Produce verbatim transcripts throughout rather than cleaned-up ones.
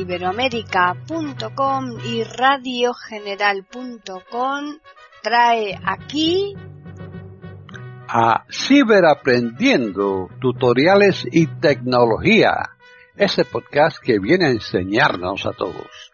iberoamérica punto com y radio general punto com trae aquí a Ciberaprendiendo, tutoriales y tecnología, ese podcast que viene a enseñarnos a todos.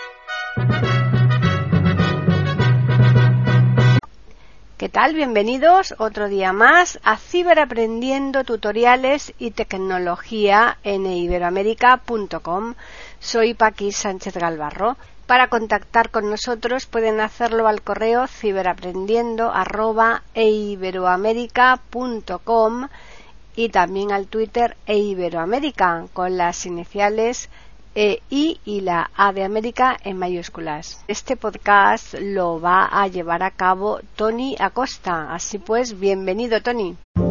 ¿Qué tal? Bienvenidos otro día más a Ciberaprendiendo, tutoriales y tecnología en iberoamérica punto com. Soy Paqui Sánchez Galvarro. Para contactar con nosotros pueden hacerlo al correo ciberaprendiendo arroba iberoamérica punto com y también al Twitter eiberoamérica con las iniciales E I y la A de América en mayúsculas. Este podcast lo va a llevar a cabo Tony Acosta. Así pues, bienvenido, Tony.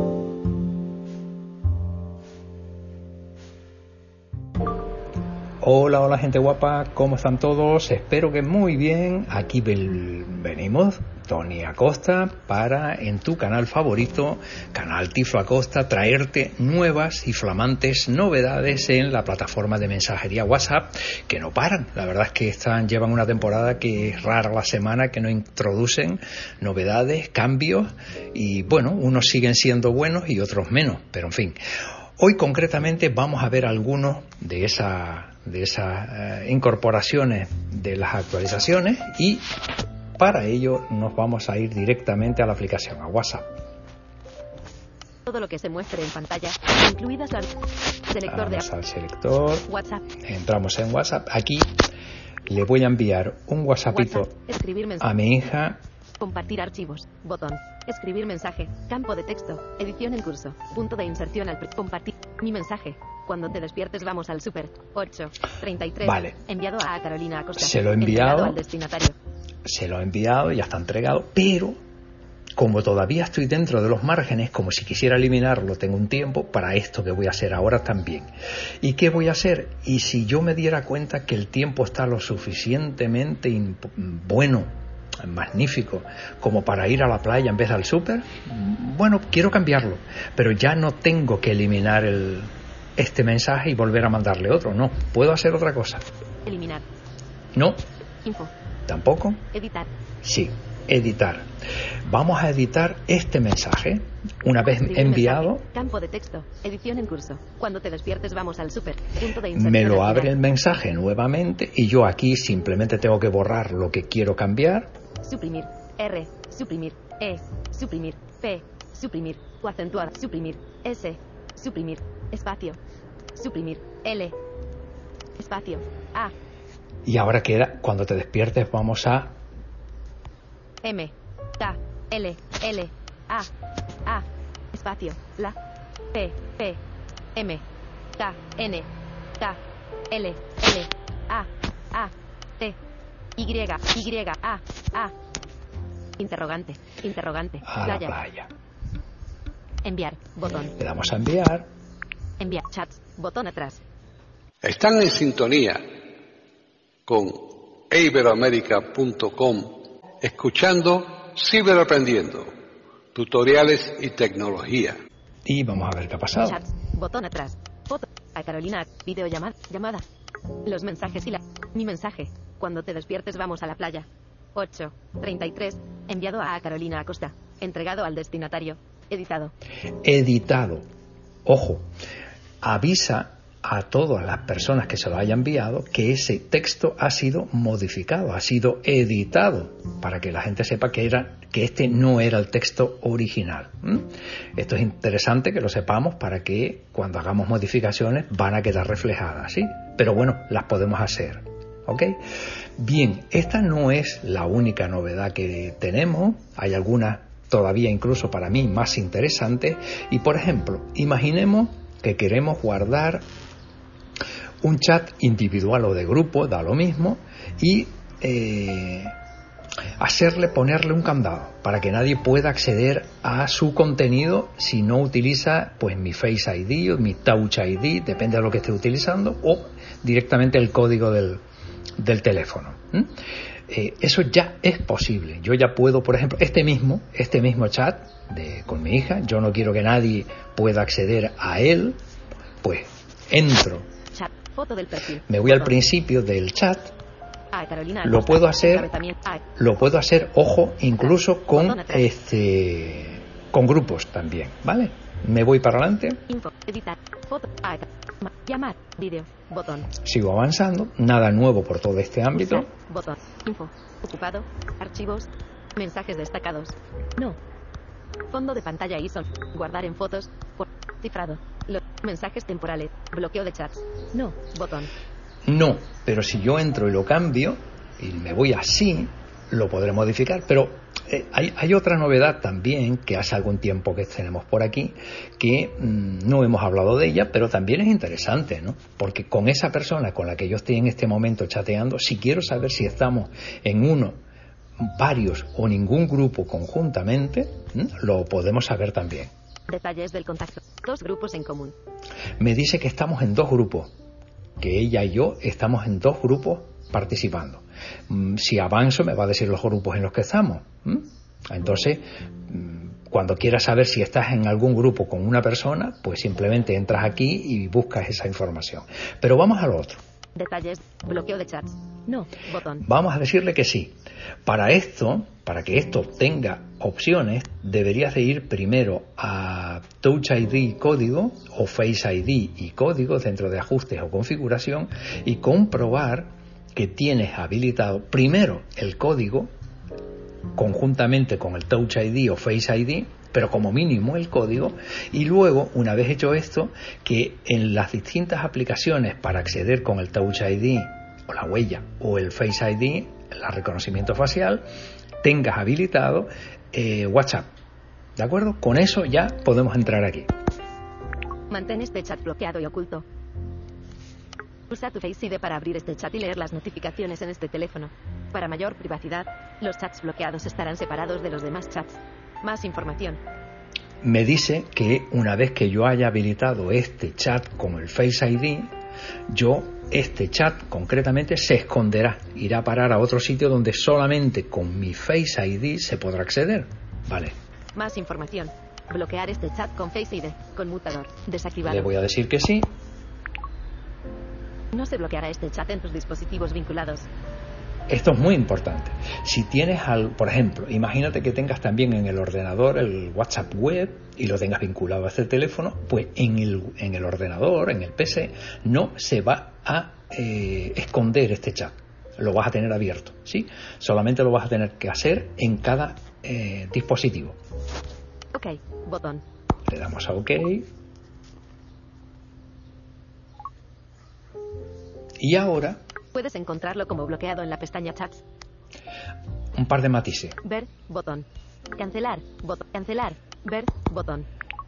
Hola, hola gente guapa, ¿cómo están todos? Espero que muy bien. Aquí venimos, Tony Acosta, para en tu canal favorito, Canal Tiflo Acosta, traerte nuevas y flamantes novedades en la plataforma de mensajería WhatsApp, que no paran. La verdad es que están, llevan una temporada que es rara la semana, que no introducen novedades, cambios, y bueno, unos siguen siendo buenos y otros menos, pero en fin. Hoy concretamente vamos a ver algunos de esas de esas eh, incorporaciones de las actualizaciones y para ello nos vamos a ir directamente a la aplicación, a WhatsApp. Todo lo que se muestre en pantalla, incluidas al selector Vamos de al selector, WhatsApp. Entramos en WhatsApp. Aquí le voy a enviar un WhatsAppito WhatsApp, escribir mensaje, a mi hija. compartir archivos, botón, escribir mensaje, campo de texto, edición en curso, punto de inserción al pre- compartir, mi mensaje, cuando te despiertes vamos al súper, ocho treinta y tres, Vale. enviado a Carolina Acosta, Se lo he entregado enviado. al destinatario. Se lo he enviado, ya está entregado, pero como todavía estoy dentro de los márgenes, como si quisiera eliminarlo, tengo un tiempo para esto que voy a hacer ahora también. ¿Y qué voy a hacer? Y si yo me diera cuenta que el tiempo está lo suficientemente imp- bueno, magnífico, como para ir a la playa en vez del súper, bueno, quiero cambiarlo, pero ya no tengo que eliminar el, este mensaje y volver a mandarle otro, no, puedo hacer otra cosa. Eliminar, No, info, tampoco. editar, Sí, editar. Vamos a editar este mensaje. Una vez escribir enviado, mensaje, campo de texto, edición en curso, cuando te despiertes vamos al súper, punto de inserción me lo al abre final. el mensaje nuevamente y yo aquí simplemente tengo que borrar lo que quiero cambiar. Suprimir, R, suprimir, E, suprimir, P, suprimir, o acentuar, suprimir, S, suprimir, espacio, suprimir, L, espacio, A, Y ahora queda, cuando te despiertes vamos a... M, K, L, L, A, A, espacio, la, P, P, M, K, N, K, L, L, A, A, T, Y, Y, A, A, interrogante, interrogante, a la playa, playa. enviar, botón, Le damos a enviar. enviar, chats, botón atrás, Están en sintonía con iberoamérica punto com, escuchando Ciberaprendiendo, tutoriales y tecnología. Y vamos a ver qué ha pasado. chats, botón atrás, foto, a Carolina, videollamada, llamada, los mensajes y la, mi mensaje, cuando te despiertes vamos a la playa, ocho treinta y tres, enviado a Carolina Acosta, entregado al destinatario, editado, Editado. Ojo, avisa a todas las personas que se lo hayan enviado que ese texto ha sido modificado, ha sido editado, para que la gente sepa que era que este no era el texto original. ¿Mm? Esto es interesante que lo sepamos para que cuando hagamos modificaciones van a quedar reflejadas, ¿sí? Pero bueno, las podemos hacer, ¿ok? Bien, esta no es la única novedad que tenemos, hay algunas todavía incluso para mí más interesantes, y por ejemplo, imaginemos que queremos guardar un chat individual o de grupo, da lo mismo, y eh, hacerle, ponerle un candado para que nadie pueda acceder a su contenido si no utiliza pues mi Face I D o mi Touch I D, depende de lo que esté utilizando, o directamente el código del, del teléfono. ¿Mm? Eh, eso ya es posible. Yo ya puedo, por ejemplo, este mismo, este mismo chat de, con mi hija, yo no quiero que nadie pueda acceder a él, pues entro chat, Foto del perfil. Me voy al Botón. principio del chat. A Carolina Lo Acosta. puedo hacer, Encabezamiento. A. lo puedo hacer, ojo, incluso con Botón atrás. este, con grupos también, ¿vale? Me voy para adelante, Info. Editar. Foto. A. Ma- Llamar. Vídeo. Botón. sigo avanzando, nada nuevo por todo este ámbito. Pulsar. Botón. Info. Ocupado. Archivos. Mensajes destacados. No. Fondo de pantalla I S O. Guardar en fotos. Por. Cifrado. Lo- mensajes temporales. Bloqueo de chats. No. Botón. No, pero si yo entro y lo cambio y me voy así, lo podré modificar. Pero eh, hay, hay otra novedad también que hace algún tiempo que tenemos por aquí, que mmm, no hemos hablado de ella, pero también es interesante, ¿no? Porque con esa persona con la que yo estoy en este momento chateando, si quiero saber si estamos en uno, varios o ningún grupo conjuntamente, ¿m? Lo podemos saber también. Detalles del contacto. Dos grupos en común. Me dice que estamos en dos grupos, que ella y yo estamos en dos grupos participando. Mm, Si avanzo me va a decir los grupos en los que estamos. ¿m? Entonces, mm, cuando quieras saber si estás en algún grupo con una persona, pues simplemente entras aquí y buscas esa información. Pero vamos a lo otro. Detalles. Bloqueo de chats. No. Botón. Vamos a decirle que sí. Para esto, para que esto tenga opciones, deberías de ir primero a Touch I D y código o Face I D y código dentro de ajustes o configuración y comprobar que tienes habilitado primero el código conjuntamente con el Touch I D o Face I D, pero como mínimo el código, y luego, una vez hecho esto, que en las distintas aplicaciones para acceder con el Touch I D o la huella o el Face I D, el reconocimiento facial, tengas habilitado eh, WhatsApp. ¿De acuerdo? Con eso ya podemos entrar aquí. Mantén este chat bloqueado y oculto. Usa tu Face I D para abrir este chat y leer las notificaciones en este teléfono. Para mayor privacidad, los chats bloqueados estarán separados de los demás chats. Más información. Me dice que una vez que yo haya habilitado este chat con el Face I D, yo, este chat concretamente, se esconderá, irá a parar a otro sitio donde solamente con mi Face I D se podrá acceder. Vale. Más información. Bloquear este chat con Face I D. Conmutador. Desactivado. Le voy a decir que sí. No se bloqueará este chat en tus dispositivos vinculados. Esto es muy importante. Si tienes, al, por ejemplo, imagínate que tengas también en el ordenador el WhatsApp web y lo tengas vinculado a este teléfono, pues en el, en el ordenador, en el P C, no se va a eh, esconder este chat. Lo vas a tener abierto, ¿sí? Solamente lo vas a tener que hacer en cada eh, dispositivo. Ok. Botón. Le damos a OK. Y ahora, Puedes encontrarlo como bloqueado en la pestaña Chats. un par de matices. Ver. Botón. Cancelar. Botón. Cancelar. Ver. Botón.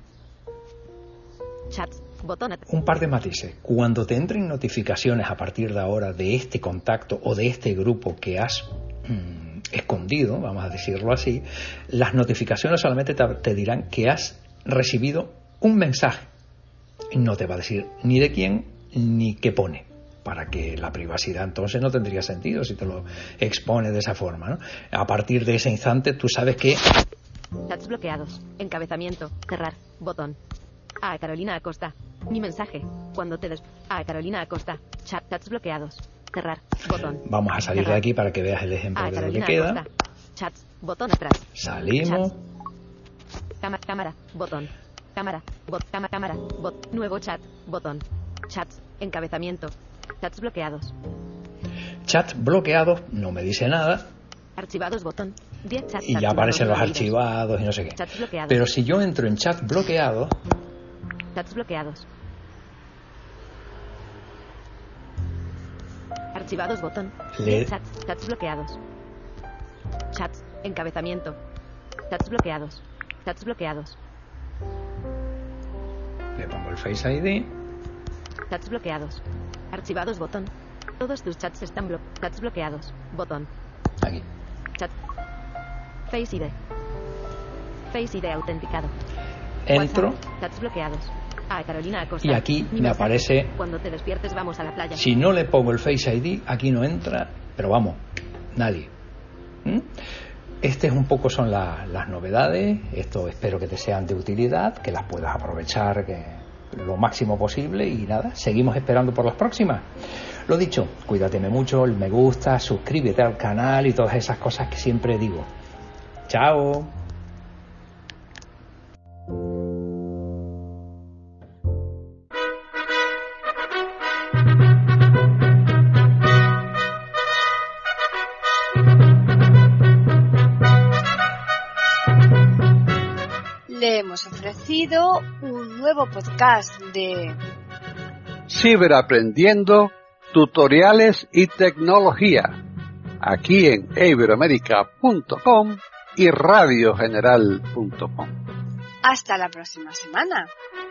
Chats. Botón. at- Un par de matices. Cuando te entren notificaciones a partir de ahora de este contacto o de este grupo que has mm, escondido, vamos a decirlo así, las notificaciones solamente te, te dirán que has recibido un mensaje. No te va a decir ni de quién ni qué pone, para que la privacidad entonces no tendría sentido si te lo expone de esa forma, ¿no? A partir de ese instante tú sabes que Chats bloqueados. Encabezamiento. Cerrar. Botón. A Carolina Acosta. Mi mensaje. Cuando te des... A Carolina Acosta. Chat. Chats bloqueados. Cerrar. Botón. vamos a salir de Cerrar. aquí para que veas el ejemplo A de lo que Carolina queda. Acosta. Chats. Botón atrás. Salimos. Cámara. Cámara. Botón. Cámara. Bot. Cámara. Cámara. Bot. Nuevo chat. Botón. Chats. Encabezamiento. Chats bloqueados. Chat bloqueados, no me dice nada. Archivados. Botón. diez chats. Y ya archivados aparecen los no leídos. archivados y no sé qué. Chats bloqueados. Pero si yo entro en chat bloqueados, Chats bloqueados. Archivados. Botón. Le- diez chats. Chats bloqueados. Chats. Encabezamiento. Chats bloqueados. Chats bloqueados. le pongo el Face I D. Chats bloqueados. Archivados. Botón. Todos tus chats están bloqueados. Chats bloqueados. Botón. Aquí. Chat. Face I D. Face I D autenticado. Entro WhatsApp. Chats bloqueados. A Carolina Acosta. y aquí Mi me mensaje. aparece. Cuando te despiertes vamos a la playa. Si no le pongo el Face I D, aquí no entra, pero vamos, nadie. ¿Mm? Este es un poco son la- las novedades. Esto espero que te sean de utilidad, que las puedas aprovechar, que lo máximo posible y nada, seguimos esperando por las próximas. Lo dicho, cuídateme mucho, el me gusta, suscríbete al canal y todas esas cosas que siempre digo. ¡Chao! Le hemos ofrecido un nuevo podcast de Ciberaprendiendo, tutoriales y tecnología, aquí en iberoamerica punto com y radio general punto com. Hasta la próxima semana.